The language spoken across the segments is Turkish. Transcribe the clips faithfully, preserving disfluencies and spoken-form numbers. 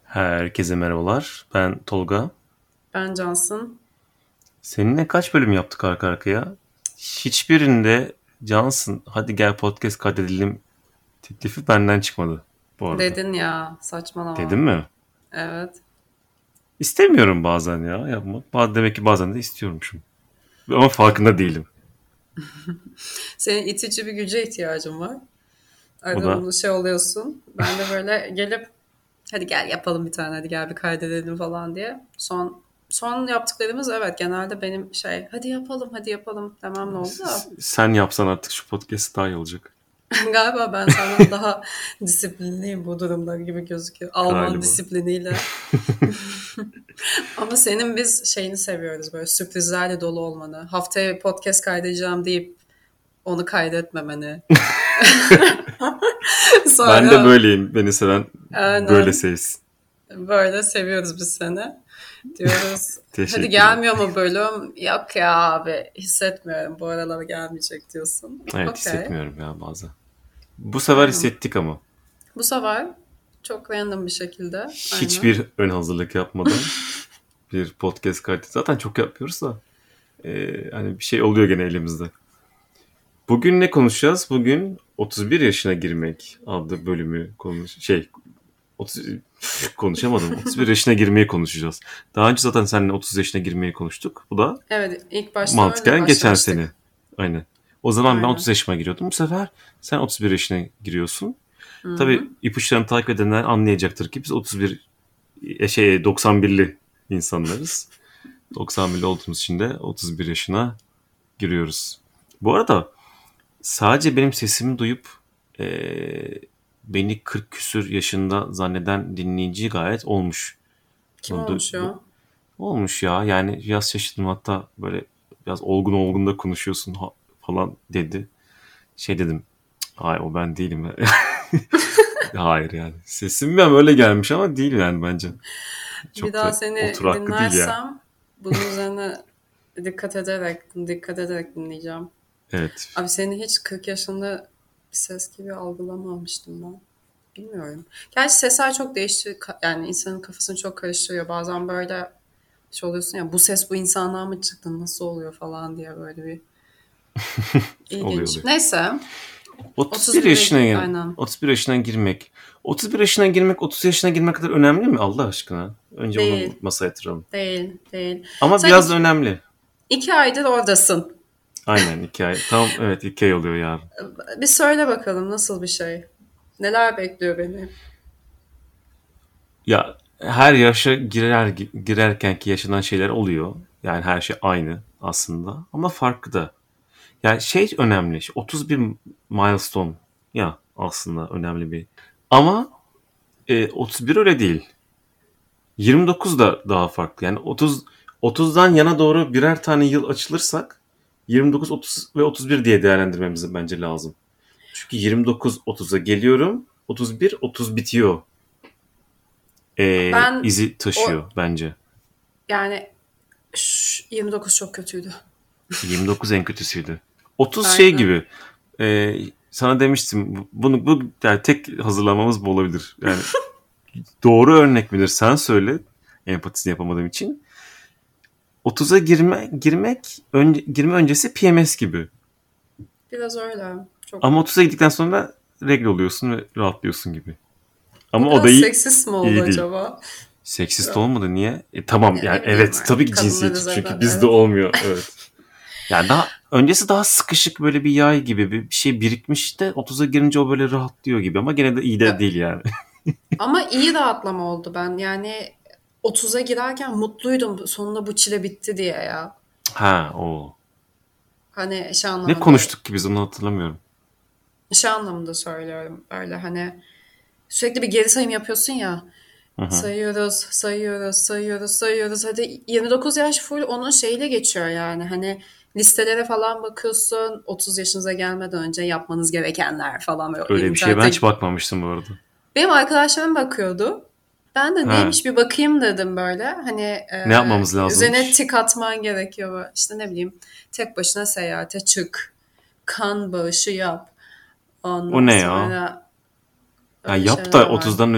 Herkese merhabalar. Ben Tolga. Ben Cansın. Seninle kaç bölüm yaptık arka arkaya? Hiçbirinde Cansın hadi gel podcast kaydedelim teklifi benden çıkmadı bu arada. Dedin ya, Dedim saçmalama. mi? Evet. İstemiyorum bazen ya yapmak. Ba- Demek ki bazen de istiyormuşum. Ama farkında değilim. Senin itici bir güce ihtiyacın var. O Arada da bunu şey oluyorsun. Ben de böyle gelip hadi gel yapalım bir tane, hadi gel bir kaydedelim falan diye. Son son yaptıklarımız evet genelde benim şey hadi yapalım hadi yapalım demem ne oldu da. s- sen yapsan artık şu podcast daha iyi olacak. Galiba ben senden daha disiplinliyim bu durumda gibi gözüküyor. Alman Galiba. disipliniyle. Ama senin biz şeyini seviyoruz, böyle sürprizlerle dolu olmanı. Haftaya podcast kaydedeceğim deyip onu kaydetmemeni. Ben de Sonra böyleyim. Beni seven böyle aynen sevsin. böyle seviyoruz biz seni. Diyoruz hadi Teşekkürler. gelmiyor mu bölüm? Yok ya abi, hissetmiyorum bu aralar gelmeyecek diyorsun. Evet, Okey. hissetmiyorum ya bazen. Bu sefer Aynen. hissettik ama. Bu sefer çok random bir şekilde. Aynen. Hiçbir ön hazırlık yapmadan bir podcast kaydı. Zaten çok yapıyoruz da e, hani bir şey oluyor gene elimizde. Bugün ne konuşacağız? Bugün otuz bir yaşına girmek adlı bölümü konuş şey otuz konuşamadım. otuz bir yaşına girmeyi konuşacağız. Daha önce zaten seninle otuz yaşına girmeyi konuştuk. Bu da Evet, ilk başta öyle mantıken geçen sene. başlamıştık. Aynen. O zaman ben otuz Aynen. yaşıma giriyordum. Bu sefer sen otuz bir yaşına giriyorsun. Hı Tabii hı. ipuçlarını takip edenler anlayacaktır ki biz otuz bir e, şey doksan birli insanlarız. doksan birli olduğumuz için de otuz bir yaşına giriyoruz. Bu arada sadece benim sesimi duyup eee, beni kırk küsür yaşında zanneden dinleyici gayet olmuş. Kim Bunu du- olmuş du- ya? olmuş ya. Yani biraz şaşırdım, hatta böyle biraz olgun olgun da konuşuyorsun ha- falan dedi. Şey dedim. Hayır, o ben değilim. Hayır yani. Sesim ben öyle gelmiş ama değil yani bence. Bir Çok daha da seni oturaklı değil ya. dinlersem bunun üzerine dikkat ederek, dikkat ederek dinleyeceğim. Evet. Abi seni hiç kırk yaşında bir ses gibi algılamamıştım ben. Bilmiyorum. Gerçi sesler çok değişti. Yani insanın kafasını çok karıştırıyor. Bazen böyle şey oluyorsun ya, bu ses bu insandan mı çıktı, nasıl oluyor falan diye, böyle bir Oluyor ilginç. oluyor. Neyse. otuz bir otuz bire yaşına gir- aynen. otuz bir yaşına girmek. otuz bir yaşına girmek otuz yaşına girmek kadar önemli mi Allah aşkına? Önce bunu Değil. masaya yatıralım. Değil. Değil. Ama Sen biraz da iki, önemli. iki aydır oradasın. Aynen, iki ay. Tam evet, iki ay oluyor yarın. Bir söyle bakalım nasıl bir şey? Neler bekliyor beni? Ya her yaşa girer girerkenki yaşanan şeyler oluyor. Yani her şey aynı aslında ama farklı da. Yani şey önemli. otuz bir milestone ya aslında önemli bir. Ama e, otuz bir öyle değil. yirmi dokuz da daha farklı. Yani otuz otuzdan yana doğru birer tane yıl açılırsak yirmi dokuz, otuz ve otuz bir diye değerlendirmemiz bence lazım. Çünkü yirmi dokuz otuza geliyorum. otuz bir otuz bitiyor. Ee, Ben izi o taşıyor bence. yani şş, yirmi dokuz çok kötüydü. yirmi dokuz en kötüsüydü. otuz şey Aynen. gibi. E, sana demiştim bunu bu yani tek hazırlamamız bu olabilir. Yani doğru örnek midir sen söyle, empatisini yapamadığım için. otuza girme girmek önce, girme öncesi P M S gibi. Biraz öyle. Ama Çok. otuza gittikten sonra regl oluyorsun ve rahatlıyorsun gibi. Bu Ama o da biraz iyi, seksist mi oldu iyi değil. acaba? Seksist Ya, olmadı niye? E, tamam ya yani ne bileyim evet, tabii artık. ki Kadınları cinsiyetçi çünkü zaten bizde evet. olmuyor. Evet. Yani daha öncesi daha sıkışık, böyle bir yay gibi bir şey birikmiş de otuza girince o böyle rahatlıyor gibi ama gene de iyi de Ya, değil yani. ama iyi rahatlama oldu ben. Yani otuza girerken mutluydum sonunda bu çile bitti diye ya. Ha, o. Hani şey Ne anlamında, konuştuk ki biz, onu hatırlamıyorum. şey anlamında söylüyorum. Öyle hani sürekli bir geri sayım yapıyorsun ya. Hı hı. Sayıyoruz, sayıyoruz, sayıyoruz, sayıyoruz. Hadi yirmi dokuz yaş full onun şeyle geçiyor yani. Hani listelere falan bakıyorsun. otuz yaşınıza gelmeden önce yapmanız gerekenler falan, böyle Öyle bir şeye ben internette. hiç bakmamıştım bu arada. Benim arkadaşlarım bakıyordu. Ben de Ha, neymiş bir bakayım dedim böyle. Hani ne e, yapmamız üzerine lazımmış? tik atman gerekiyor. İşte ne bileyim, tek başına seyahate çık. Kan bağışı yap. O Ondan ne ya? sonra Ya öyle yap şeyler da var. otuzdan önce de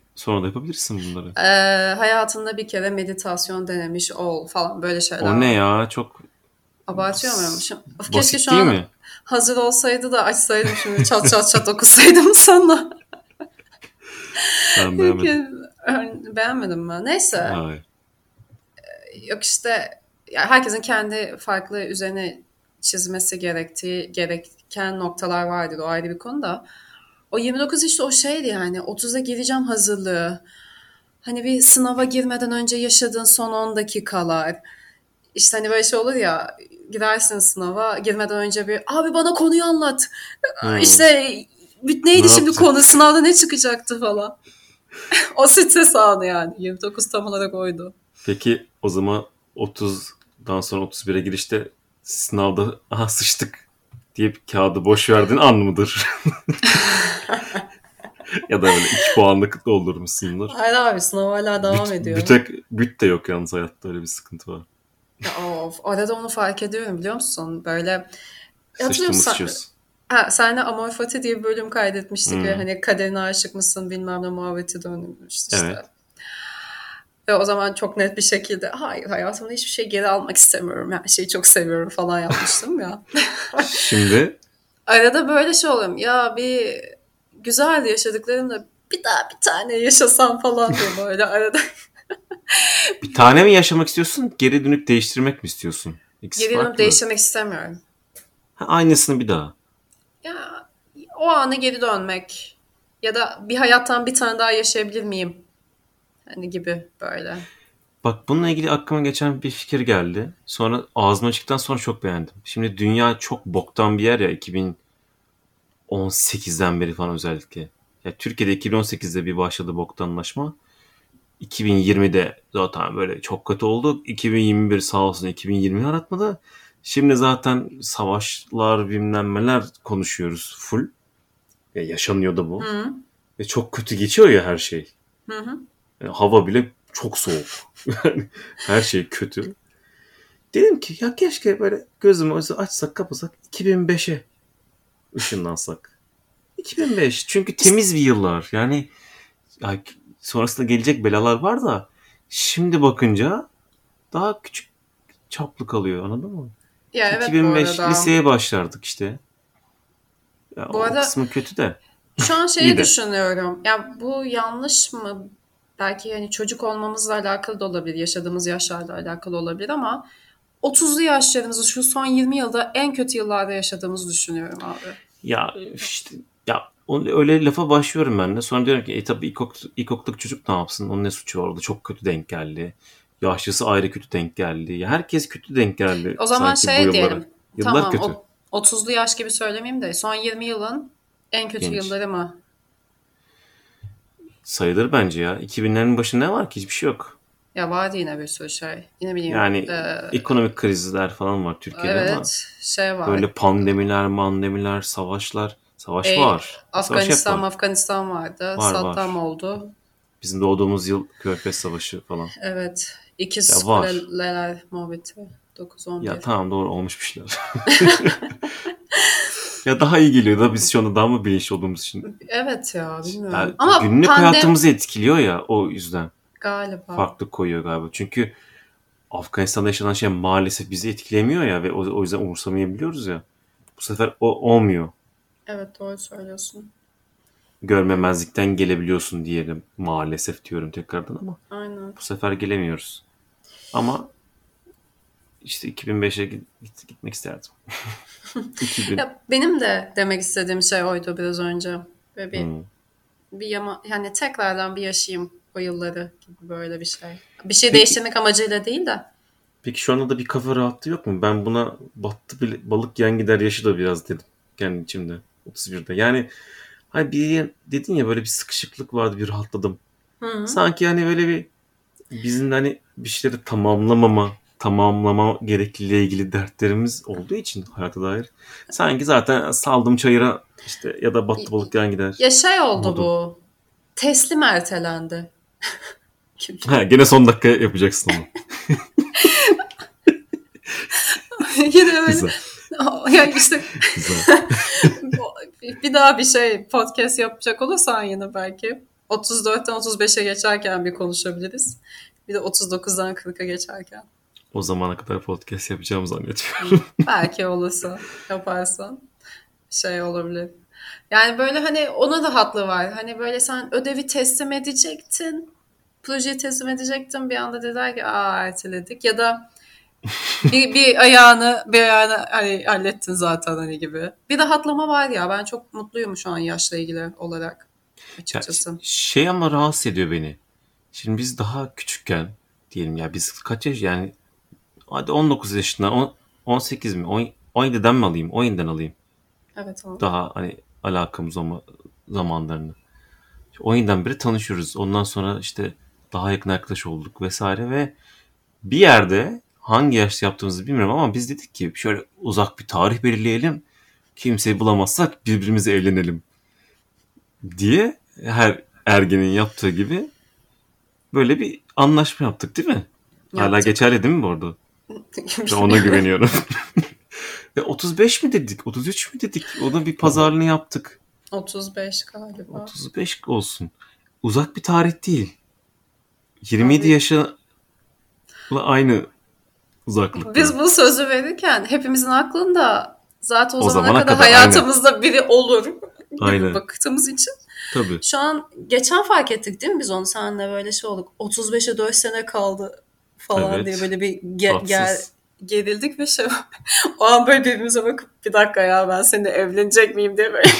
Sonra da yapabilirsin bunları. Ee, hayatında bir kere meditasyon denemiş ol falan böyle şeyler O ne var. ya? Çok Abartıyor muyum? Of, keşke basit şu değil an mi? hazır olsaydı da açsaydım şimdi çat çat çat okusaydım sana. Ben beğenmedim. Beğenmedim mi? Neyse. Hayır. Yok işte ya herkesin kendi farklı üzerine çizmesi gerektiği gereken noktalar vardır. O ayrı bir konu da. O yirmi dokuz işte o şeydi yani. otuza gireceğim hazırlığı. Hani bir sınava girmeden önce yaşadığın son on dakikalar. İşte hani böyle şey olur ya, girersin sınava girmeden önce bir abi bana konuyu anlat. Hmm. İşte Ne neydi şimdi yapacak? konu, sınavda ne çıkacaktı falan. O stres anı yani. yirmi dokuz tam olarak oydu. Peki o zaman otuzdan sonra otuz bire girişte sınavda aha sıçtık deyip kağıdı boş verdiğin an mıdır? Ya da böyle iki puanlık doldurmuşsundur. Hayır abi, sınav hala devam Büt, ediyor. bütek, büt de yok yalnız, hayatta öyle bir sıkıntı var. Ya of, arada onu fark ediyorum biliyor musun? Böyle hatırlıyor Sıçtığımız musun? sıçıyoruz. Ha, seninle Amor Fati diye bir bölüm kaydetmiştik ve Hmm. hani kaderine aşık mısın bilmem ne muhabbeti dönmüştü işte. Evet. Ve o zaman çok net bir şekilde hayır hayatımda hiçbir şey geri almak istemiyorum. Her şeyi çok seviyorum falan yapmıştım ya. Şimdi Arada böyle şey oluyorum. Ya bir güzel yaşadıklarımda bir daha bir tane yaşasam falan diye böyle arada. bir tane mi yaşamak istiyorsun, geri dönüp değiştirmek mi istiyorsun? İkisi Geri dönüp farklı. değiştirmek istemiyorum. Ha, aynısını bir daha. Ya o ana geri dönmek ya da bir hayattan bir tane daha yaşayabilir miyim? Hani gibi böyle. Bak, bununla ilgili aklıma geçen bir fikir geldi. Sonra ağzıma çıktıktan sonra çok beğendim. Şimdi dünya çok boktan bir yer ya, iki bin on sekizden beri falan özellikle. Ya Türkiye'de iki bin on sekizde bir başladı boktanlaşma. iki bin yirmide zaten böyle çok kötü oldu. iki bin yirmi bir sağ olsun iki bin yirmi yaratmadı. Şimdi zaten savaşlar bilmem neler konuşuyoruz full. Ya yaşanıyor da bu. Hı Ve çok kötü geçiyor ya her şey. hı. Hı. Yani hava bile çok soğuk. Yani her şey kötü. Dedim ki ya keşke böyle gözümü açsak kapasak iki bin beşe ışınlansak. iki bin beş çünkü temiz bir yıllar. Yani ya sonrasında gelecek belalar var da şimdi bakınca daha küçük çaplı kalıyor, anladın mı? Ya evet, bu iki bin beş arada. liseye başlardık işte. Ya Bu o arada kısmı kötü de. şu an İyi şeyi de. düşünüyorum. Ya bu yanlış mı? Belki yani çocuk olmamızla alakalı da olabilir. Yaşadığımız yaşlarla alakalı olabilir ama otuzlu yaşlarımızı şu son yirmi yılda en kötü yıllarda yaşadığımızı düşünüyorum abi. Ya işte ya öyle lafa başlıyorum ben de. Sonra diyorum ki e tabi ilkokul, ilkokuldaki çocuk ne yapsın? Onun ne suçu var orada? Çok kötü denk geldi. Yaşlısı ayrı kötü denk geldi. Ya herkes kötü denk geldi O zaman sanki bu şey yıllara. diyelim. Yıllar Tamam, kötü. o otuzlu yaş gibi söylemeyeyim de son yirmi yılın en kötü Genç. yılları mı? Sayılır bence ya. iki binlerin başında ne var ki? Hiçbir şey yok. Ya vardı yine bir sürü şey. Yine bileyim. Yani Ee, ekonomik krizler falan var Türkiye'de ama evet, şey var. böyle pandemiler, mandemiler, savaşlar. Savaş E, var. Savaş hep Afganistan, var. Afganistan vardı. Var Saddam var. oldu. Bizim doğduğumuz yıl Körfez Savaşı falan. Evet. Ya İkiz var. kuleler muhabbeti. dokuz on Ya bir. tamam, doğru olmuş bir şeyler. Ya daha iyi geliyor da biz şu anda daha mı bilinçli olduğumuz için. Evet ya, bilmiyorum. Ya Ama günlük pandemi hayatımızı etkiliyor ya, o yüzden galiba. farklı koyuyor galiba. Çünkü Afganistan'da yaşanan şey maalesef bizi etkilemiyor ya ve o, o yüzden umursamayabiliyoruz ya. Bu sefer o olmuyor. Evet, doğru söylüyorsun. Görmemezlikten gelebiliyorsun diyelim. Maalesef diyorum tekrardan ama Aynen. bu sefer gelemiyoruz. Ama işte iki bin beşe git, gitmek isterdim. iki bin. Ya benim de demek istediğim şey oydu biraz önce. Böyle bir Hmm. bir yama, yani tekrardan bir yaşayayım o yılları gibi böyle bir şey. Bir şey Peki, değiştirmek amacıyla değil de. peki şu anda da bir kafa rahatlığı yok mu? Ben buna battı bile, balık yan gider yaşı da biraz dedim kendi içimde. otuz birde. Yani hani bir dedin ya, böyle bir sıkışıklık vardı, bir rahatladım. Hı. Sanki hani böyle bir bizim hani bir şeyleri tamamlamama, tamamlama gerekliliğiyle ilgili dertlerimiz olduğu için hayata dair. Sanki zaten saldım çayıra işte ya da battı balık yan gider. Ya şey oldu Modu. bu. Teslim ertelendi. Ha, gene son dakika yapacaksın onu. Yine öyle. Güzel. Ya işte Güzel. bir daha bir şey podcast yapacak olursan yine belki otuz dörtten otuz beşe geçerken bir konuşabiliriz. Bir de otuz dokuzdan kırka geçerken. O zamana kadar podcast yapacağımı zannetmiyorum. Belki olursa yaparsan şey olabilir. Yani böyle hani ona da haklı var. Hani böyle sen ödevi teslim edecektin. Projeyi teslim edecektin. Bir anda dediler ki aa erteledik. Ya da bir, bir ayağını bir ayağını hani hallettin zaten hani gibi. Bir rahatlama var ya. Ben çok mutluyum şu an yaşla ilgili olarak. Ya, Açıkçası. şey ama rahatsız ediyor beni. Şimdi biz daha küçükken diyelim ya biz kaç yaş yani hadi on dokuz yaşından on, on sekiz mi on, on yediden mi alayım on yediden alayım. Evet o. Daha hani alakamız olma zamanlarını. on yediden beri tanışıyoruz. Ondan sonra işte daha yakın arkadaş olduk vesaire ve bir yerde hangi yaşta yaptığımızı bilmiyorum ama biz dedik ki şöyle uzak bir tarih belirleyelim. Kimseyi bulamazsak birbirimize evlenelim diye her ergenin yaptığı gibi böyle bir anlaşma yaptık değil mi? Hala Yaptık. geçerli değil mi bu arada? Ben ona güveniyorum. Ve otuz beş mi dedik? otuz üç mü dedik? Onun bir pazarlığını yaptık. otuz beş galiba. otuz beş olsun. Uzak bir tarih değil. yirmi yedi Abi, yaşla aynı uzaklıkta. biz bu sözü verirken hepimizin aklında zaten o, O zamana, zamana kadar, kadar, hayatımızda biri olur gibi Aynen. baktığımız için. Tabii. Şu an geçen fark ettik değil mi biz onu seninle böyle şey olduk. otuz beşe dört sene kaldı falan Evet. diye böyle bir ge- gel Tatsız. gerildik ve şey o an böyle birbirimize bakıp bir dakika ya ben seninle evlenecek miyim diye böyle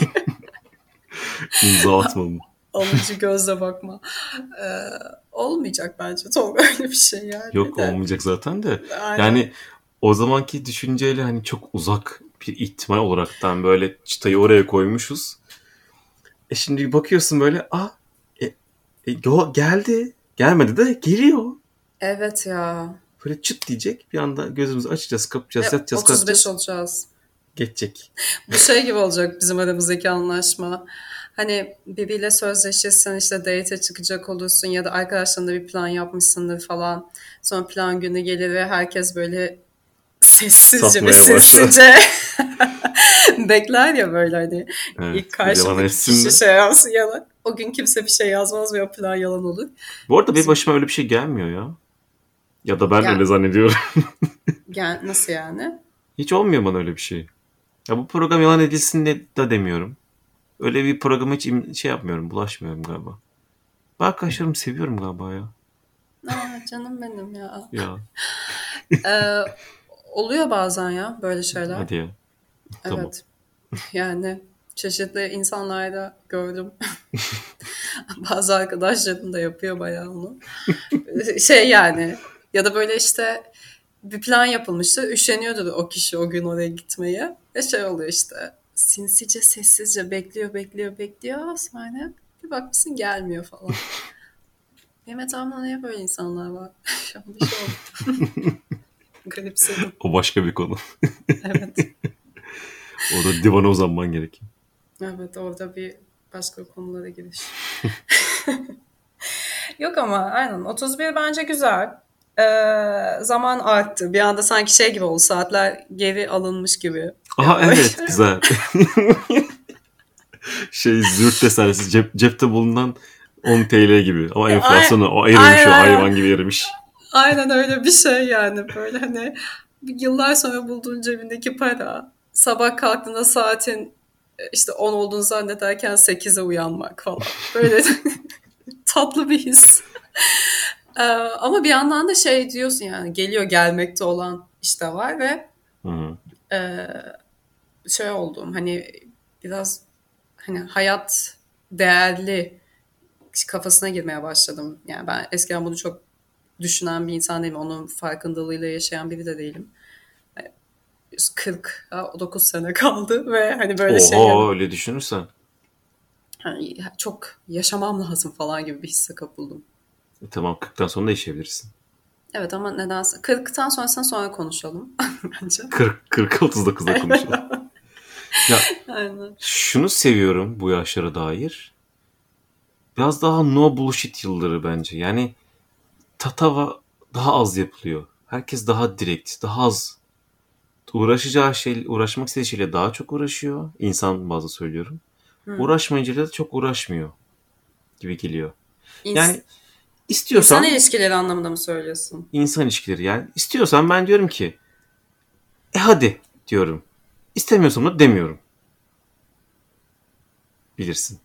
İmza atmam. alıcı gözle bakma. Ee, olmayacak bence Tolga öyle bir şey yani. Yok de. olmayacak zaten de. Aynen. Yani o zamanki düşünceyle hani çok uzak bir ihtimal olaraktan böyle çıtayı oraya koymuşuz. E şimdi bir bakıyorsun böyle ah e, e, yo, geldi. Gelmedi de geliyor. Evet ya. Böyle çıt diyecek. Bir anda gözümüzü açacağız, kapayacağız, Ve yatacağız, otuz beş kalkacağız. olacağız. Geçecek. Bu şey gibi olacak bizim aramızdaki anlaşma. Hani biriyle sözleşirsin işte date'e çıkacak olursun ya da arkadaşlarınla bir plan yapmışsındır falan. Sonra plan günü gelir ve herkes böyle sessizce ve Satmaya başlar. sessizce bekler ya böyle hani Evet, ilk karşımdaki kişi şey yazsın yalan. O gün kimse bir şey yazmaz ve o plan yalan olur. Bu arada benim Bizim- başıma öyle bir şey gelmiyor ya. Ya da ben Gel- öyle zannediyorum. Gel, nasıl yani? Hiç olmuyor bana öyle bir şey. Ya bu program yalan edilsin de, de demiyorum. Öyle bir programa hiç im- şey yapmıyorum, bulaşmıyorum galiba. Ben arkadaşlarımı seviyorum galiba ya. Aa, canım benim ya. Ya Ee, oluyor bazen ya böyle şeyler. hadi ya. Tamam. Evet. Yani çeşitli insanlarda gördüm. Bazı arkadaşlarım da yapıyor bayağı onu. Şey yani ya da böyle işte bir plan yapılmıştı. Üşeniyordu da o kişi o gün oraya gitmeye. Ve şey oluyor işte sinsice sessizce bekliyor bekliyor bekliyor. Sonra bir bakmışsın gelmiyor falan. Benim etrafımda niye böyle insanlar var? Şu an bir şey oldu. Garipsedim. O başka bir konu. Evet. Orada divana uzanman gerekiyor. Evet orada bir başka konulara giriş. Yok ama aynen otuz bir bence güzel. Ee, zaman arttı. Bir anda sanki şey gibi oldu. Saatler geri alınmış gibi. Aha Yani evet güzel. Şey zürt desensiz cep, cepte bulunan on T L gibi. Ama enflasyonu o erimiş aynen, o aynen. hayvan gibi erimiş. Aynen öyle bir şey yani. Böyle hani yıllar sonra bulduğun cebindeki para. Sabah kalktığında saatin işte on olduğunu zannederken sekize uyanmak falan. Böyle tatlı bir his. Ee, ama bir yandan da şey diyorsun yani geliyor gelmekte olan işte var ve Hı-hı. e, şey oldum hani biraz hani hayat değerli kafasına girmeye başladım. Yani ben eskiden bunu çok düşünen bir insan değilim. Onun farkındalığıyla yaşayan biri de değilim. Yani kırk dokuz sene kaldı ve hani böyle Oho, şey yani, öyle düşünürsen. hani çok yaşamam lazım falan gibi bir hisse kapıldım. E, tamam kırktan sonra değişebilirsin. Evet ama nedense kırktan sonrasını sonra konuşalım bence. kırk kırk otuz dokuzda konuşalım. Ya Aynen. şunu seviyorum bu yaşlara dair. Biraz daha no bullshit yılları bence. Yani tatava daha az yapılıyor. Herkes daha direkt, daha az uğraşacağı şey, uğraşmak istediği şeyle daha çok uğraşıyor. İnsan bazı söylüyorum. Hı. Uğraşmayınca da çok uğraşmıyor. gibi geliyor. İns- Yani istiyorsan İnsan ilişkileri anlamında mı söylüyorsun? insan ilişkileri yani istiyorsan ben diyorum ki e hadi diyorum. İstemiyorsam da demiyorum. Bilirsin.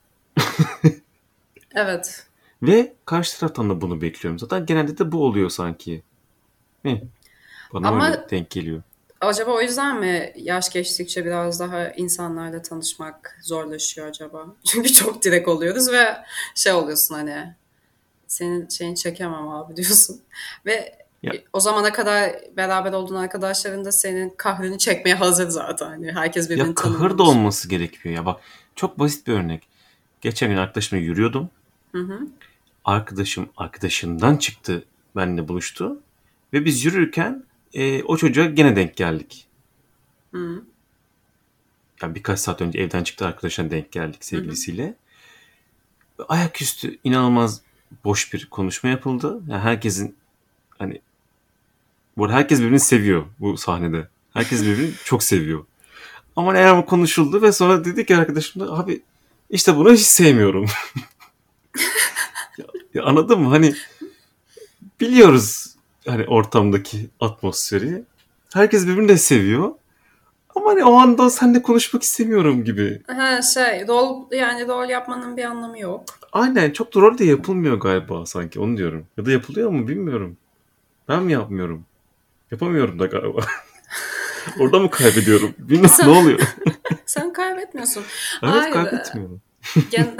Evet. Ve karşı taraftan da bunu bekliyorum. Zaten genelde de bu oluyor sanki. Hı, bana Ama öyle denk geliyor. acaba o yüzden mi yaş geçtikçe biraz daha insanlarla tanışmak zorlaşıyor acaba? Çünkü çok direkt oluyoruz ve şey oluyorsun hani senin şeyini çekemem abi diyorsun. Ve Ya, o zamana kadar beraber olduğun arkadaşların da senin kahrını çekmeye hazır zaten. Hani herkes ya birbirini kahır da tanımlamış. olması gerekiyor ya. Bak çok basit bir örnek. Geçen gün arkadaşımla yürüyordum. Hı hı. Arkadaşım arkadaşından çıktı. Benimle buluştu. Ve biz yürürken e, o çocuğa gene denk geldik. Hı Yani birkaç saat önce evden çıktı arkadaşına denk geldik hı. Hı. sevgilisiyle. Ayaküstü inanılmaz boş bir konuşma yapıldı. Yani herkesin hani bu arada herkes birbirini seviyor bu sahnede. Herkes birbirini çok seviyor. Ama eğer bu konuşuldu ve sonra dedi ki arkadaşım da abi işte bunu hiç sevmiyorum. ya, ya anladın mı? Hani biliyoruz hani ortamdaki atmosferi. Herkes birbirini de seviyor. Ama hani o anda seninle konuşmak istemiyorum gibi. Ha, şey rol yani rol yapmanın bir anlamı yok. Aynen çok da rol de yapılmıyor galiba sanki onu diyorum. Ya da yapılıyor mu bilmiyorum. Ben mi yapmıyorum? Yapamıyorum da galiba. Orada mı kaybediyorum? Bilmiyorum ne Sen, oluyor. sen kaybetmiyorsun. Evet Hayır. kaybetmiyorum. Gen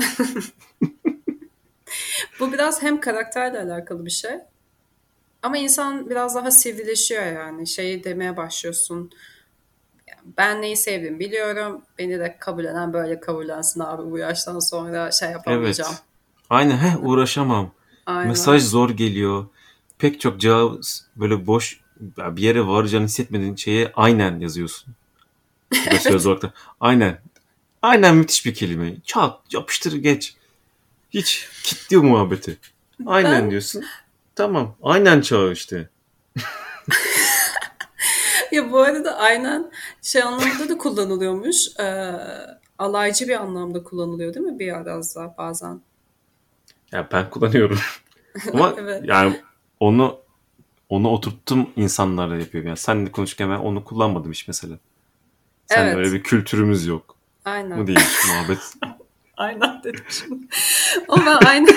Bu biraz hem karakterle alakalı bir şey. Ama insan biraz daha sivrileşiyor yani. Şeyi demeye başlıyorsun. Ben neyi sevdiğimi biliyorum. Beni de kabullenen böyle kabullensin abi bu yaştan sonra şey yapamayacağım. Evet. Aynen heh, uğraşamam. Mesaj Aynen. zor geliyor. Pek çok cevap böyle boş bir yere varacağını hissetmediğin şeye aynen yazıyorsun. Ya da söz Evet. olarak da aynen. Aynen müthiş bir kelime. Çat yapıştır geç. Hiç kilitliyor muhabbeti. Aynen Ben diyorsun. Tamam. Aynen çağı işte. ya bu arada aynen şey anlamında da kullanılıyormuş. Ee, alaycı bir anlamda kullanılıyor değil mi bir arazda bazen? Ya ben kullanıyorum. Ama Evet. yani onu onu oturttum insanlarla yapıyorum. Yani seninle konuşurken ben onu kullanmadım hiç mesela. Seninle öyle Evet. bir kültürümüz yok. Bu Aynen. değilmiş muhabbet. Aynen dedim şimdi. Ama ben aynen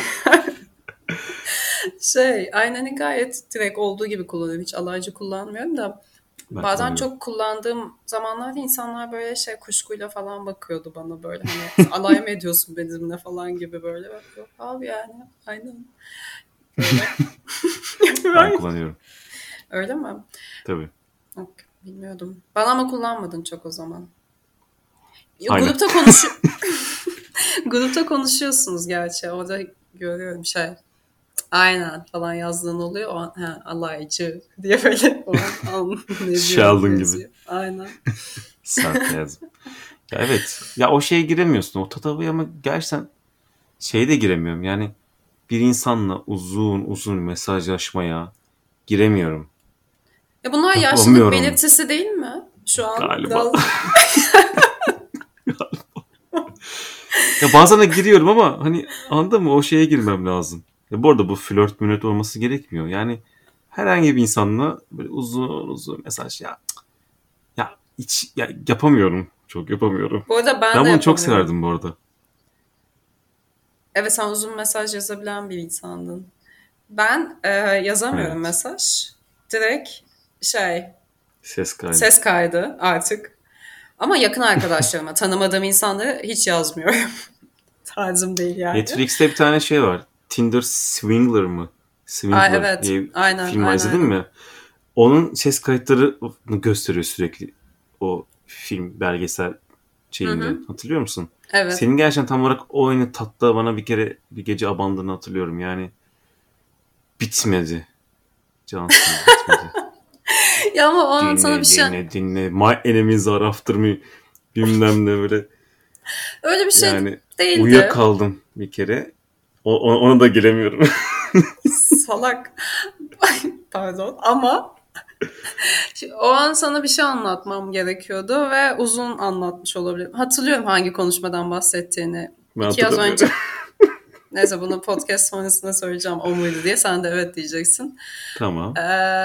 şey aynanı gayet direkt olduğu gibi kullanıyorum. Hiç alaycı kullanmıyorum da Ben bazen kullanıyorum. çok kullandığım zamanlarda insanlar böyle şey kuşkuyla falan bakıyordu bana böyle hani alay mı ediyorsun benimle falan gibi böyle. Yok abi yani aynen böyle. Ben kullanıyorum. Öyle mi? Tabii. Yok, bilmiyordum. Ben ama kullanmadın çok o zaman. Aynen. Grupta konuşu grupta konuşuyorsunuz gerçi. Orada görüyorum şey. Aynen falan yazdığın oluyor. O an he, alaycı diye böyle o an anlayabiliyorum Sheldon gibi. mevzuyu. Aynen. Sarkazm. Ya evet. Ya o şeye giremiyorsun. O tatavaya ama gerçekten şeye de giremiyorum. Yani bir insanla uzun uzun mesajlaşmaya giremiyorum. E bunlar yaşlılık Yapamıyorum belirtisi değil mi? Şu an galiba. biraz Ya bazen de giriyorum ama hani anladın mı o şeye girmem lazım. Ya bu arada bu flört münöt olması gerekmiyor. Yani herhangi bir insanla böyle uzun uzun mesaj ya ya hiç ya yapamıyorum. Çok yapamıyorum. bu arada ben Ben de bunu çok yapamıyorum. severdim bu arada. Evet sen uzun mesaj yazabilen bir insandın. Ben e, yazamıyorum Evet. mesaj. Direkt şey Ses kaydı. ses kaydı artık. Ama yakın arkadaşlarıma, tanımadığım insanlara hiç yazmıyorum. Tarzım değil yani. Netflix'te bir tane şey var. Tinder Swingler mı? Aa, Swingler evet. diye bir Aynen, film var aynen, izledin aynen. mi? Onun ses kayıtlarını gösteriyor sürekli. O film belgesel Hı şeyinde. hı. Hatırlıyor musun? Evet. Senin gerçekten tam olarak o aynı tatta bana bir kere bir gece abandığını hatırlıyorum. Yani bitmedi. Cansın bitmedi. Ya ama o an sana bir Dinle şey... dinle dinle. My enemies are after me. Bilmem ne böyle. Öyle bir şey Yani değildi. uyuyakaldım bir kere. O, o- ona da giremiyorum. Salak. Pardon. Ama şimdi o an sana bir şey anlatmam gerekiyordu ve uzun anlatmış olabilirim. Hatırlıyorum hangi konuşmadan bahsettiğini. Ben İki yaz hatırlamıyorum. önce Neyse bunu podcast sonrasında söyleyeceğim o muydu diye. Sen de evet diyeceksin. Tamam. Ee,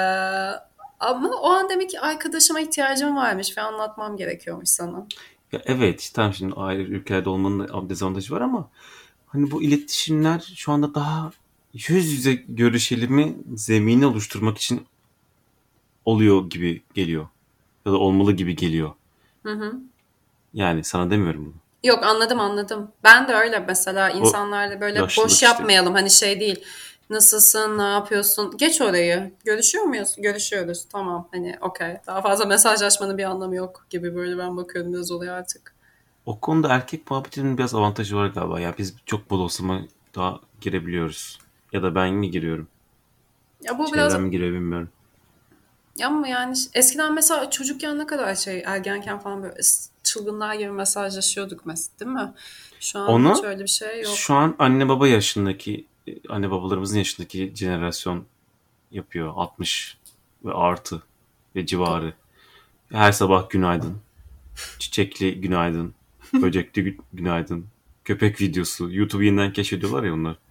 ama o an demek ki arkadaşıma ihtiyacım varmış ve anlatmam gerekiyormuş sana. Ya evet, tamam, şimdi ayrı ülkelerde olmanın da dezavantajı var ama hani bu iletişimler şu anda daha yüz yüze görüşelimi zemini oluşturmak için oluyor gibi geliyor. Ya da olmalı gibi geliyor. Hı hı. Yani sana demiyorum bunu. Yok anladım anladım. Ben de öyle mesela O insanlarla böyle yaşlılık boş işte. yapmayalım. Hani şey değil. Nasılsın, ne yapıyorsun? Geç orayı. Görüşüyor muyuz? Görüşüyoruz. Tamam hani okey. Daha fazla mesajlaşmanın bir anlamı yok gibi böyle ben bakıyorum biraz oluyor artık. O konuda erkek muhabbetinin biraz avantajı var galiba. Ya biz çok bodoslama daha girebiliyoruz. Ya da ben mi giriyorum? Ya bu biraz Çevrem mi giriyor bilmiyorum. ya ama yani eskiden mesela çocukken ne kadar şey ergenken falan böyle çılgınlar gibi mesajlaşıyorduk mesela değil mi? Şu an hiç Onu öyle bir şey şu yok. an anne baba yaşındaki, anne babalarımızın yaşındaki jenerasyon yapıyor. altmış ve artı ve civarı. Her sabah günaydın. Çiçekli günaydın. Böcekli gü- günaydın. Köpek videosu. YouTube'u yeniden keşfediyorlar ya onlar.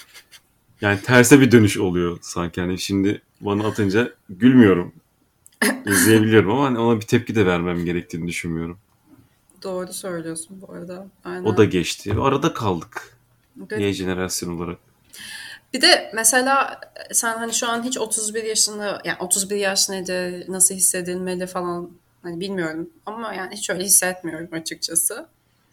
Yani terse bir dönüş oluyor sanki. Hani şimdi bana atınca gülmüyorum. İzleyebiliyorum ama hani ona bir tepki de vermem gerektiğini düşünmüyorum. Doğru söylüyorsun bu arada. O da Aynen. geçti. Arada kaldık. Evet. Y jenerasyon olarak. Bir de mesela sen hani şu an hiç otuz bir yaşında yani otuz bir yaş nedir, nasıl hissedilmeli falan hani bilmiyorum ama yani hiç öyle hissetmiyorum açıkçası.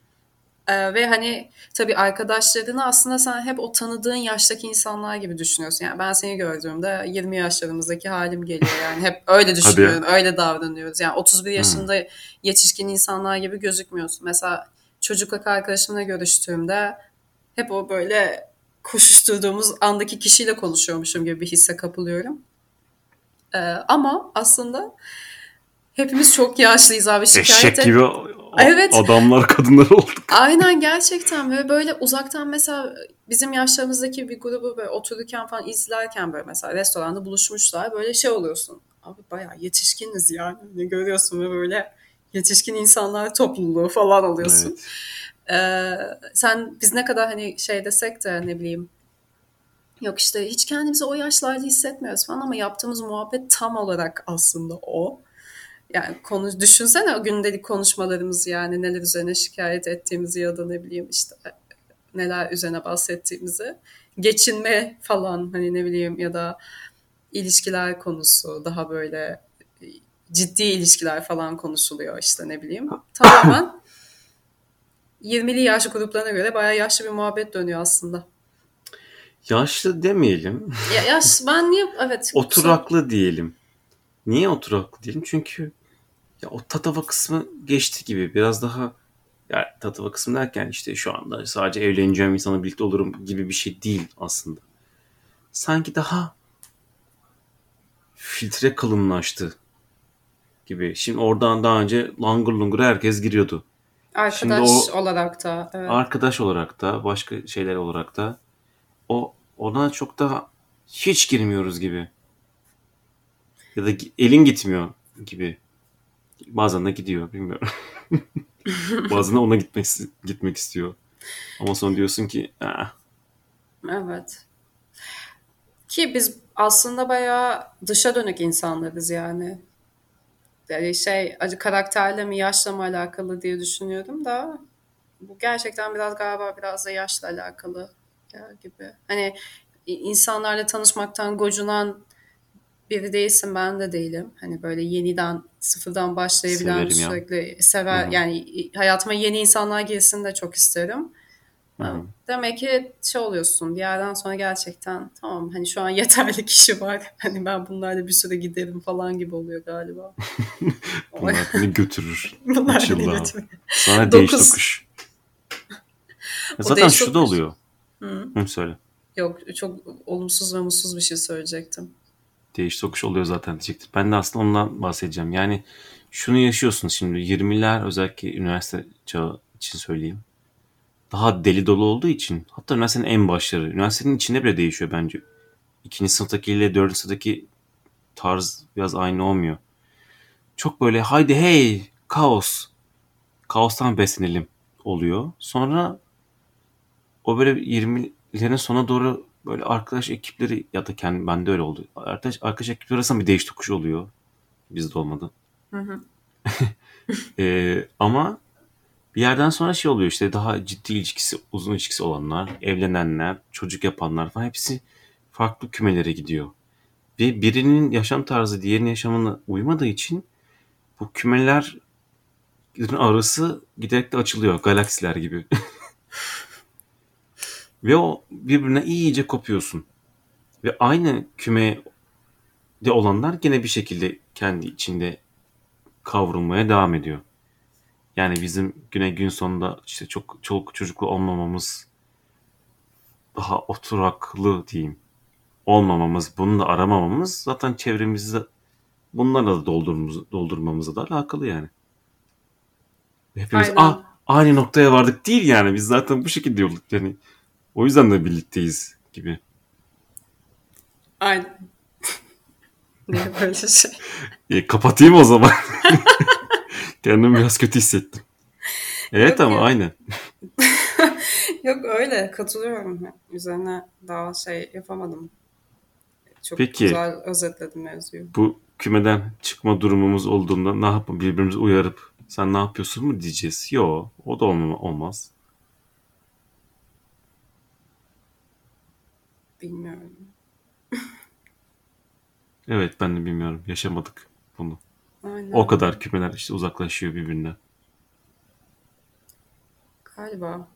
Ee, ve hani tabii arkadaşlarını aslında sen hep o tanıdığın yaştaki insanlar gibi düşünüyorsun. Yani ben seni gördüğümde yirmi yaşlarımızdaki halim geliyor yani hep öyle Hadi ya. düşünüyorum, öyle davranıyoruz. Yani otuz bir Hmm. yaşında yetişkin insanlar gibi gözükmüyorsun. Mesela çocukluk arkadaşımla görüştüğümde hep o böyle koşuşturduğumuz andaki kişiyle konuşuyormuşum gibi bir hisse kapılıyorum. Ee, ama aslında hepimiz çok yaşlıyız abi şikayet Eşek et. gibi Evet, adamlar kadınlar olduk. aynen gerçekten ve böyle uzaktan mesela bizim yaşlarımızdaki bir grubu böyle otururken falan izlerken böyle mesela restoranda buluşmuşlar böyle şey oluyorsun. Abi bayağı yetişkiniz yani ne görüyorsun ve böyle yetişkin insanlar topluluğu falan oluyorsun. Evet. Ee, sen biz ne kadar hani şey desek de ne bileyim yok işte hiç kendimizi o yaşlarda hissetmiyoruz falan ama yaptığımız muhabbet tam olarak aslında o. Yani konu düşünsene o gündelik konuşmalarımız yani neler üzerine şikayet ettiğimizi ya da ne bileyim işte neler üzerine bahsettiğimizi. Geçinme falan hani ne bileyim ya da ilişkiler konusu daha böyle ciddi ilişkiler falan konuşuluyor işte ne bileyim. Tamamen yirmili yaş gruplarına göre bayağı yaşlı bir muhabbet dönüyor aslında. Yaşlı demeyelim. Ya yaş ben niye evet kusura Oturaklı diyelim. Niye oturaklı diyelim? Çünkü ya o tatava kısmı geçti gibi. Biraz daha, ya tatava kısmı derken işte şu anda sadece evleneceğim insanla birlikte olurum gibi bir şey değil aslında. Sanki daha filtre kalınlaştı gibi. Şimdi oradan daha önce langır lungur herkes giriyordu. Şimdi arkadaş o olarak da evet. arkadaş olarak da başka şeyler olarak da o ona çok daha hiç girmiyoruz gibi. Ya da elin gitmiyor gibi. Bazen de gidiyor, bilmiyorum. Bazen de ona gitmek gitmek istiyor. Ama sonra diyorsun ki ah, Evet. Ki biz aslında bayağı dışa dönük insanlarız yani. Yani şey acı karakterle mi yaşla mı alakalı diye düşünüyorum da bu gerçekten biraz galiba biraz da yaşla alakalı ya gibi. Hani insanlarla tanışmaktan gocunan biri değilsin ben de değilim. Hani böyle yeniden sıfırdan başlayabilen severim ya. sürekli Hı sever hı, yani hayatıma yeni insanlar girsin de çok isterim. hı hı. Demek ki şey oluyorsun bir yerden sonra gerçekten tamam hani şu an yeterli kişi var. Hani ben bunlarla bir süre giderim falan gibi oluyor galiba. Bunlar beni götürür. Üç Bunlar beni yılda. götürüyor. Sonra değiş Dokuz. tokuş. O Zaten değiş şu da tokuş. oluyor. Hı, söyle. Yok çok olumsuz ve mutsuz bir şey söyleyecektim. Değiş tokuş oluyor zaten diyecektim. Ben de aslında ondan bahsedeceğim. Yani şunu yaşıyorsun şimdi, yirmiler özellikle üniversite çağı için söyleyeyim. Daha deli dolu olduğu için, hatta üniversitenin en başları. Üniversitenin içinde bile değişiyor bence. İkinci sınıftakiyle dördüncü sınıftaki tarz biraz aynı olmuyor. Çok böyle haydi hey kaos. Kaostan beslenelim oluyor. Sonra o böyle yirmi ilerinin sona doğru böyle arkadaş ekipleri ya da kendi bende öyle oldu. Arkadaş, arkadaş ekipleri arasında bir değiş tokuş oluyor. Bizde olmadı. Hı hı. Ee, ama bir yerden sonra şey oluyor işte daha ciddi ilişkisi, uzun ilişkisi olanlar, evlenenler, çocuk yapanlar falan hepsi farklı kümelere gidiyor. Ve birinin yaşam tarzı diğerinin yaşamına uymadığı için bu kümelerin arası giderek de açılıyor. Galaksiler gibi. Ve o birbirine iyice kopuyorsun. Ve aynı kümede olanlar gene bir şekilde kendi içinde kavrulmaya devam ediyor. Yani bizim güne gün sonunda işte çok çoluk çocuklu olmamamız, daha oturaklı diyeyim, olmamamız, bunu da aramamamız zaten çevremizi bunlarla da doldurmamız, doldurmamızla da alakalı yani. Hepimiz ah Aynen. aynı noktaya vardık değil yani. Biz zaten bu şekilde yolduk yani. O yüzden de birlikteyiz gibi. Aynen. Niye böyle şey? E, kapatayım o zaman. Kendimi biraz kötü hissettim. Evet Yok ama ya. aynı. Yok öyle katılıyorum. Üzerine daha şey yapamadım. Çok Peki güzel özetledim mevzuyu. bu kümeden çıkma durumumuz olduğunda ne yapalım? Birbirimizi uyarıp sen ne yapıyorsun mu diyeceğiz? Yo, o da olma, olmaz. Bilmiyorum. Evet ben de bilmiyorum. Yaşamadık bunu. O Aynen. kadar kümeler işte uzaklaşıyor birbirinden. Galiba.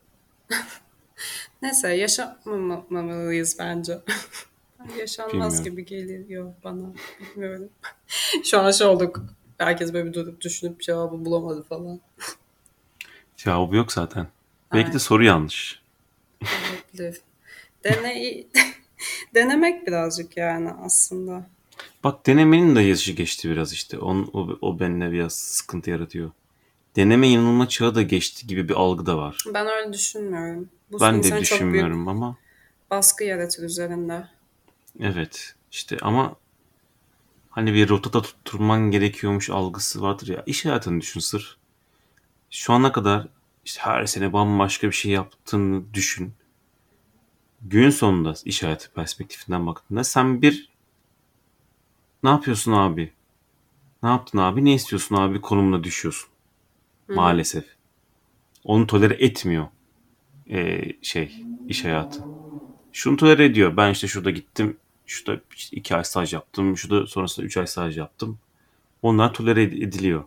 Neyse yaşamamalıyız bence. Yaşanmaz Bilmiyorum. gibi geliyor bana. Bilmiyorum. Şu an şey olduk. Herkes böyle bir durup düşünüp cevabı bulamadı falan. Cevabı yok zaten. Belki de Aynen. soru yanlış. Olabilir. Deney, denemek birazcık yani aslında. Bak denemenin de yaşı geçti biraz işte. Onun, o, o benimle biraz sıkıntı yaratıyor. Deneme yanılma çağı da geçti gibi bir algı da var. Ben öyle düşünmüyorum. Bu Ben de insanın çok büyük düşünmüyorum ama baskı yaratır üzerinde. evet işte ama hani bir rotada tutturman gerekiyormuş algısı vardır ya. İş hayatını düşün sır. Şu ana kadar işte her sene bambaşka bir şey yaptığını düşün. Gün sonunda iş hayatı perspektifinden baktığında sen bir ne yapıyorsun abi? Ne yaptın abi? Ne istiyorsun abi? Konumuna düşüyorsun. Hı hı. Maalesef. Onu tolere etmiyor ee, şey iş hayatı. Şunu tolere ediyor. Ben işte şurada gittim. Şurada işte iki ay staj yaptım. Şurada sonrasında üç ay staj yaptım. Onlar tolere ediliyor.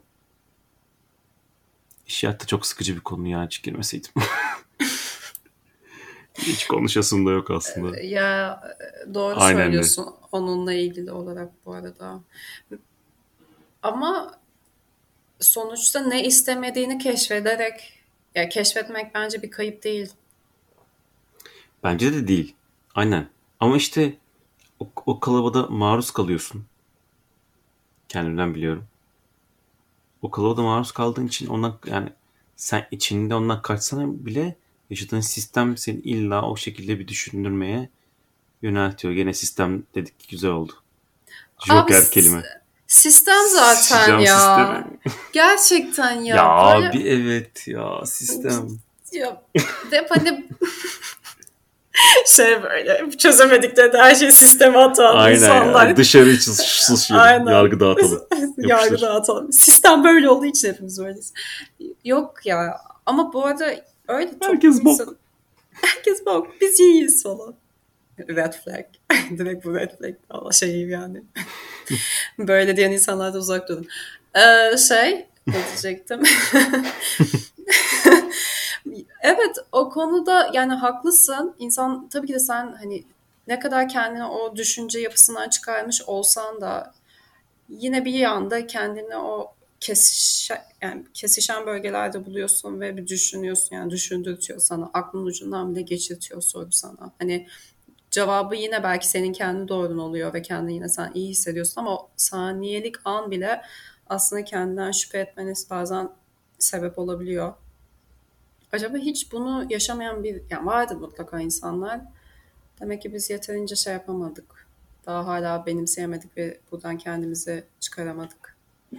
İş hayatı çok sıkıcı bir konu ya. Hiç girmeseydim. Hiç konuşasım da yok aslında. Ya doğru Aynen de. söylüyorsun onunla ilgili olarak bu arada. Ama sonuçta ne istemediğini keşfederek, ya keşfetmek bence bir kayıp değil. Bence de değil. Aynen. Ama işte o, o kalıba maruz kalıyorsun. Kendimden biliyorum. O kalıba maruz kaldığın için ona yani sen içinde ondan kaçsana bile yaşadığın sistem seni illa o şekilde bir düşündürmeye yöneltiyor. Gene sistem dedik güzel oldu. Abi Joker kelime. sistem zaten Sıçacağım ya. sistemi. Gerçekten Ya ya abi böyle evet ya sistem. ya hep hani şey böyle çözemedikleri de her şeyi sisteme atan Aynen ya. insanlar. Dışarı sıçrayalım. Aynen. Yargı dağıtalım. Yargı Yapıştır. dağıtalım. Sistem böyle olduğu için hepimiz böyleyiz. Yok ya. Ama bu arada öyle toplum Herkes insan. bok. Herkes bak biz iyiyiz falan. Red flag. Direkt bu red flag. Allah şeyim yani. Böyle diyen insanlardan uzak durun. Ee, şey ne diyecektim? Evet o konuda yani haklısın. İnsan tabii ki de sen hani ne kadar kendini o düşünce yapısından çıkarmış olsan da yine bir yanda kendini o kesişen, yani kesişen bölgelerde buluyorsun ve bir düşünüyorsun yani düşündürtüyor sana aklın ucundan bile geçirtiyor soru sana. Hani cevabı yine belki senin kendi doğrun oluyor ve kendini yine sen iyi hissediyorsun ama o saniyelik an bile aslında kendinden şüphe etmeniz bazen sebep olabiliyor. Acaba hiç bunu yaşamayan bir, yani vardır mutlaka insanlar. Demek ki biz yeterince şey yapamadık. Daha hala benimseyemedik ve buradan kendimizi çıkaramadık.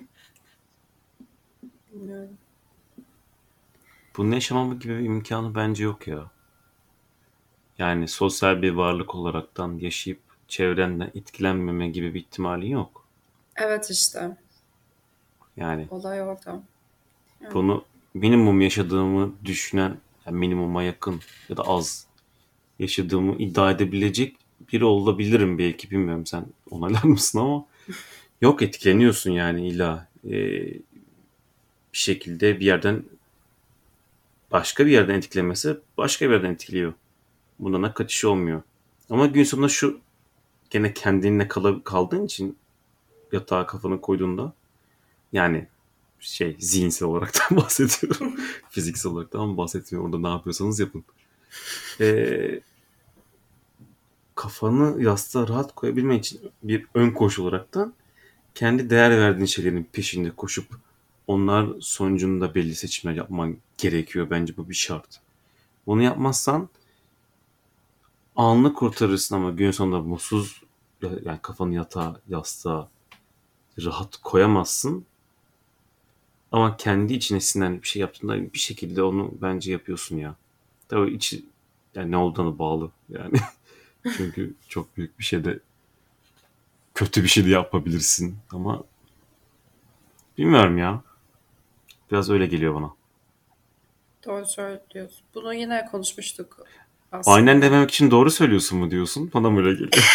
Bilmiyorum. Bunu yaşamam gibi bir imkanı bence yok ya. Yani sosyal bir varlık olaraktan yaşayıp çevrenden etkilenmeme gibi bir ihtimalin yok. Evet işte. Yani Olay orada. Yani. bunu minimum yaşadığımı düşünen, yani minimuma yakın ya da az yaşadığımı iddia edebilecek biri olabilirim belki, bilmiyorum, sen onaylar mısın ama yok, etkileniyorsun yani illa. Ee, bir şekilde bir yerden, başka bir yerden etkilemesi başka bir yerden etkiliyor. Bundan kaçış olmuyor. Ama gün sonunda şu, gene kendinle kal- kaldığın için yatağa kafanı koyduğunda, yani şey, zihinsel olaraktan bahsediyorum. Fiziksel olaraktan bahsetmiyorum. Orada ne yapıyorsanız yapın. Ee, kafanı yastığa rahat koyabilmen için bir ön koşul olaraktan kendi değer verdiğin şeylerin peşinde koşup onlar sonucunda belli seçimler yapman gerekiyor. Bence bu bir şart. Bunu yapmazsan anlık kurtarırsın ama gün sonunda mutsuz, yani kafanı yatağa, yastığa rahat koyamazsın. Ama kendi içine sinen bir şey yaptığında bir şekilde onu bence yapıyorsun ya. Tabii içi, yani ne olduğuna bağlı yani. Çünkü çok büyük bir şey de, kötü bir şey de yapabilirsin ama bilmiyorum ya. Biraz öyle geliyor bana. Doğru söylüyorsun. Bunu yine konuşmuştuk Aynen aslında. dememek için doğru söylüyorsun mu diyorsun? Bana mı öyle geliyor?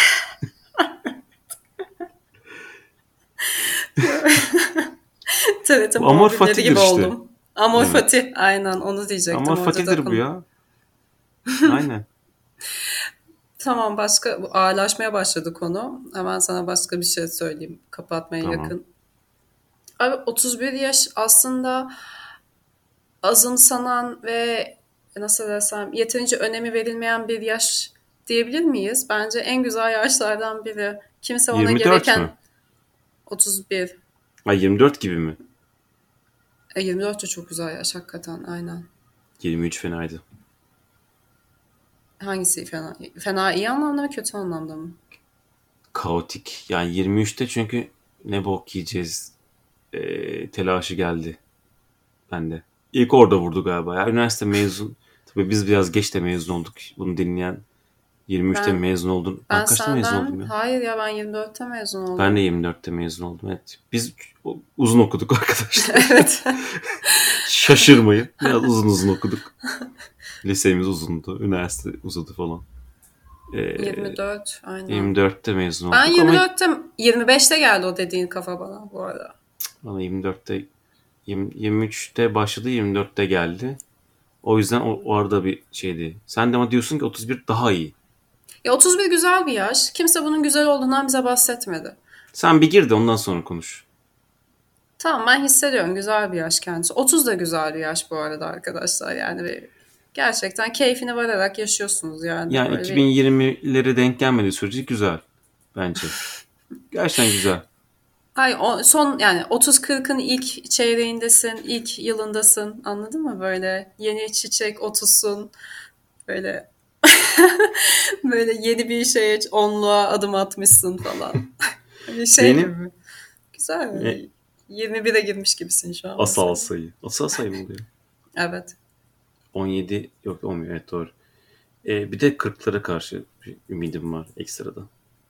T R T Bu amor muhabirleri fatidir gibi işte. oldum. Amor Evet. Fatih. Aynen onu Amor diyecektim. Orada fatidir bu takıldım. ya. Aynen. Tamam, başka bu ağırlaşmaya başladı konu. Hemen sana başka bir şey söyleyeyim. Kapatmaya Tamam. yakın. Abi otuz bir yaş aslında azımsanan ve nasıl desem yeterince önemi verilmeyen bir yaş diyebilir miyiz? Bence en güzel yaşlardan biri. Kimse ona yirmi dört mü? gereken otuz bir. Ay, yirmi dört gibi mi? E, yirmi dört de çok güzel yaş hakikaten aynen. yirmi üç fenaydı. Hangisi fena? Fena iyi anlamda mı kötü anlamda mı? Kaotik. Yani yirmi üçte çünkü ne bok yiyeceğiz e, telaşı geldi bende. İlk orada vurdu galiba. Ya, üniversite mezun. Tabii biz biraz geç de mezun olduk. Bunu dinleyen yirmi üçte Ben mezun oldun. Ben ben kaçta mezun senden oldum ya? hayır ya ben yirmi dörtte mezun Ben de oldum. yirmi dörtte mezun oldum. Evet. Biz uzun okuduk arkadaşlar. Evet. Şaşırmayın. Biraz uzun uzun okuduk. Lisemiz uzundu. Üniversite uzadı falan. Ee, yirmi dört aynen. yirmi dörtte mezun Ben olduk ama yirmi dörtte yirmi beşte geldi o dediğin kafa bana bu arada. bana yirmi dörtte yirmi, yirmi üçte başladı, yirmi dörtte geldi. O yüzden o, o arada bir şeydi. Sen de ama diyorsun ki otuz bir daha iyi. Ya otuz bir güzel bir yaş. Kimse bunun güzel olduğundan bize bahsetmedi. Sen bir gir de ondan sonra konuş. Tamam ben hissediyorum güzel bir yaş kendisi. otuz da güzel bir yaş bu arada arkadaşlar. Yani bir, gerçekten keyfini vararak yaşıyorsunuz yani. Yani Böyle bir iki bin yirmilere denk gelmediği sürece güzel. Bence. Gerçekten güzel. ay o, son yani otuz kırkın ilk çeyreğindesin, ilk yılındasın. Anladın mı böyle? Yeni çiçek otuzsun. Böyle böyle yeni bir şeye onluğa adım atmışsın falan. Bir şey Benim gibi. Güzel. e, yirmi bire girmiş gibisin şu an asal mesela. sayı. Asal sayı mı oluyor? Evet. on yedi yok, olmuyor. Evet, doğru. E, bir de kırklara karşı bir ümidim var ekstrada.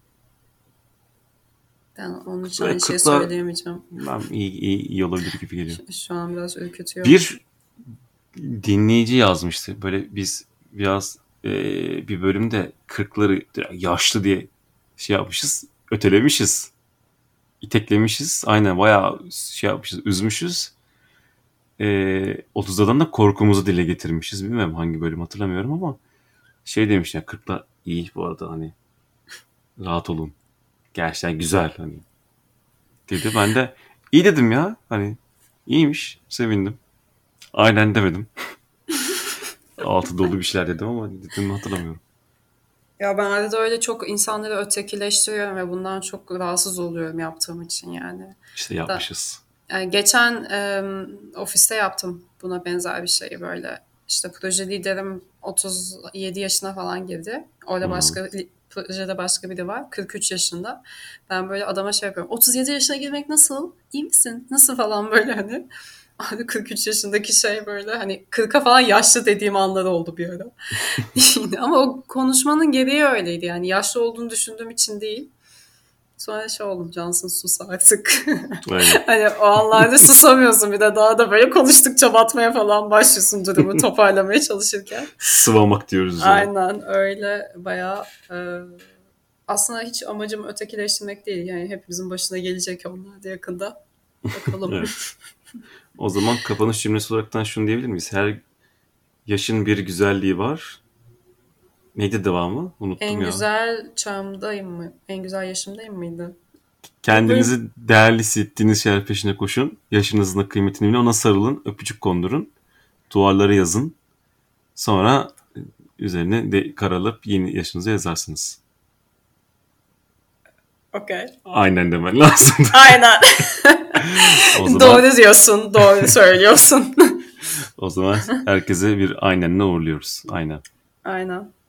Ben onun için Böyle aynı şeyi kırklar söyleyemeyeceğim. ben iyi, iyi, iyi olabilir gibi geliyor. Şu, şu an biraz ürkütüyor. Bir dinleyici yazmıştı. Böyle biz biraz e, bir bölümde kırkları yaşlı diye şey yapmışız. Ötelemişiz. İteklemişiz. Aynen, bayağı şey yapmışız. Üzmüşüz. E, otuzlardan da korkumuzu dile getirmişiz. Bilmiyorum hangi bölüm, hatırlamıyorum ama şey demiş ya, kırklar iyi bu arada, hani rahat olun. Gerçekten güzel hani dedi. Ben de iyi dedim ya. Hani iyiymiş. Sevindim. Aynen demedim. Altı dolu bir şeyler dedim ama dediğimi hatırlamıyorum. Ya ben arada öyle çok insanları ötekileştiriyorum ve bundan çok rahatsız oluyorum yaptığım için yani. İşte Da, yapmışız. yani geçen e, ofiste yaptım buna benzer bir şeyi böyle. İşte proje liderim otuz yedi yaşına falan girdi. Orada Hı-hı. başka projede başka biri var kırk üç yaşında. Ben böyle adama şey yapıyorum. otuz yedi yaşına girmek nasıl? İyi misin? Nasıl falan böyle hani. kırk üç yaşındaki şey böyle hani kırka falan yaşlı dediğim anlar oldu bir ara. Ama o konuşmanın gereği öyleydi yani. Yaşlı olduğunu düşündüğüm için değil. Sonra şey oldum, Cansın sus artık. Hani o anlarda susamıyorsun, bir de daha da böyle konuştukça batmaya falan başlıyorsun durumu toparlamaya çalışırken. Sıvamak diyoruz. Aynen yani. Öyle bayağı e, aslında hiç amacım ötekileştirmek değil. Yani hepimizin başına gelecek onlar da yakında. Bakalım. Evet. O zaman kapanış cümlesi olaraktan şunu diyebilir miyiz? Her yaşın bir güzelliği var. Neydi devamı? Unuttum En ya. güzel çağımdayım mı? En güzel yaşımdayım mıydı? Kendinizi değerli hissettiğiniz şeyler peşine koşun. Yaşınızın da kıymetini bilin. Ona sarılın. Öpücük kondurun. Duvarlara yazın. Sonra üzerine de karalıp yeni yaşınıza yazarsınız. Okey. Aynen demen lazım. Aynen. O zaman, doğru diyorsun. Doğru söylüyorsun. o zaman herkese bir aynenle uğurluyoruz. Aynen. Aynen.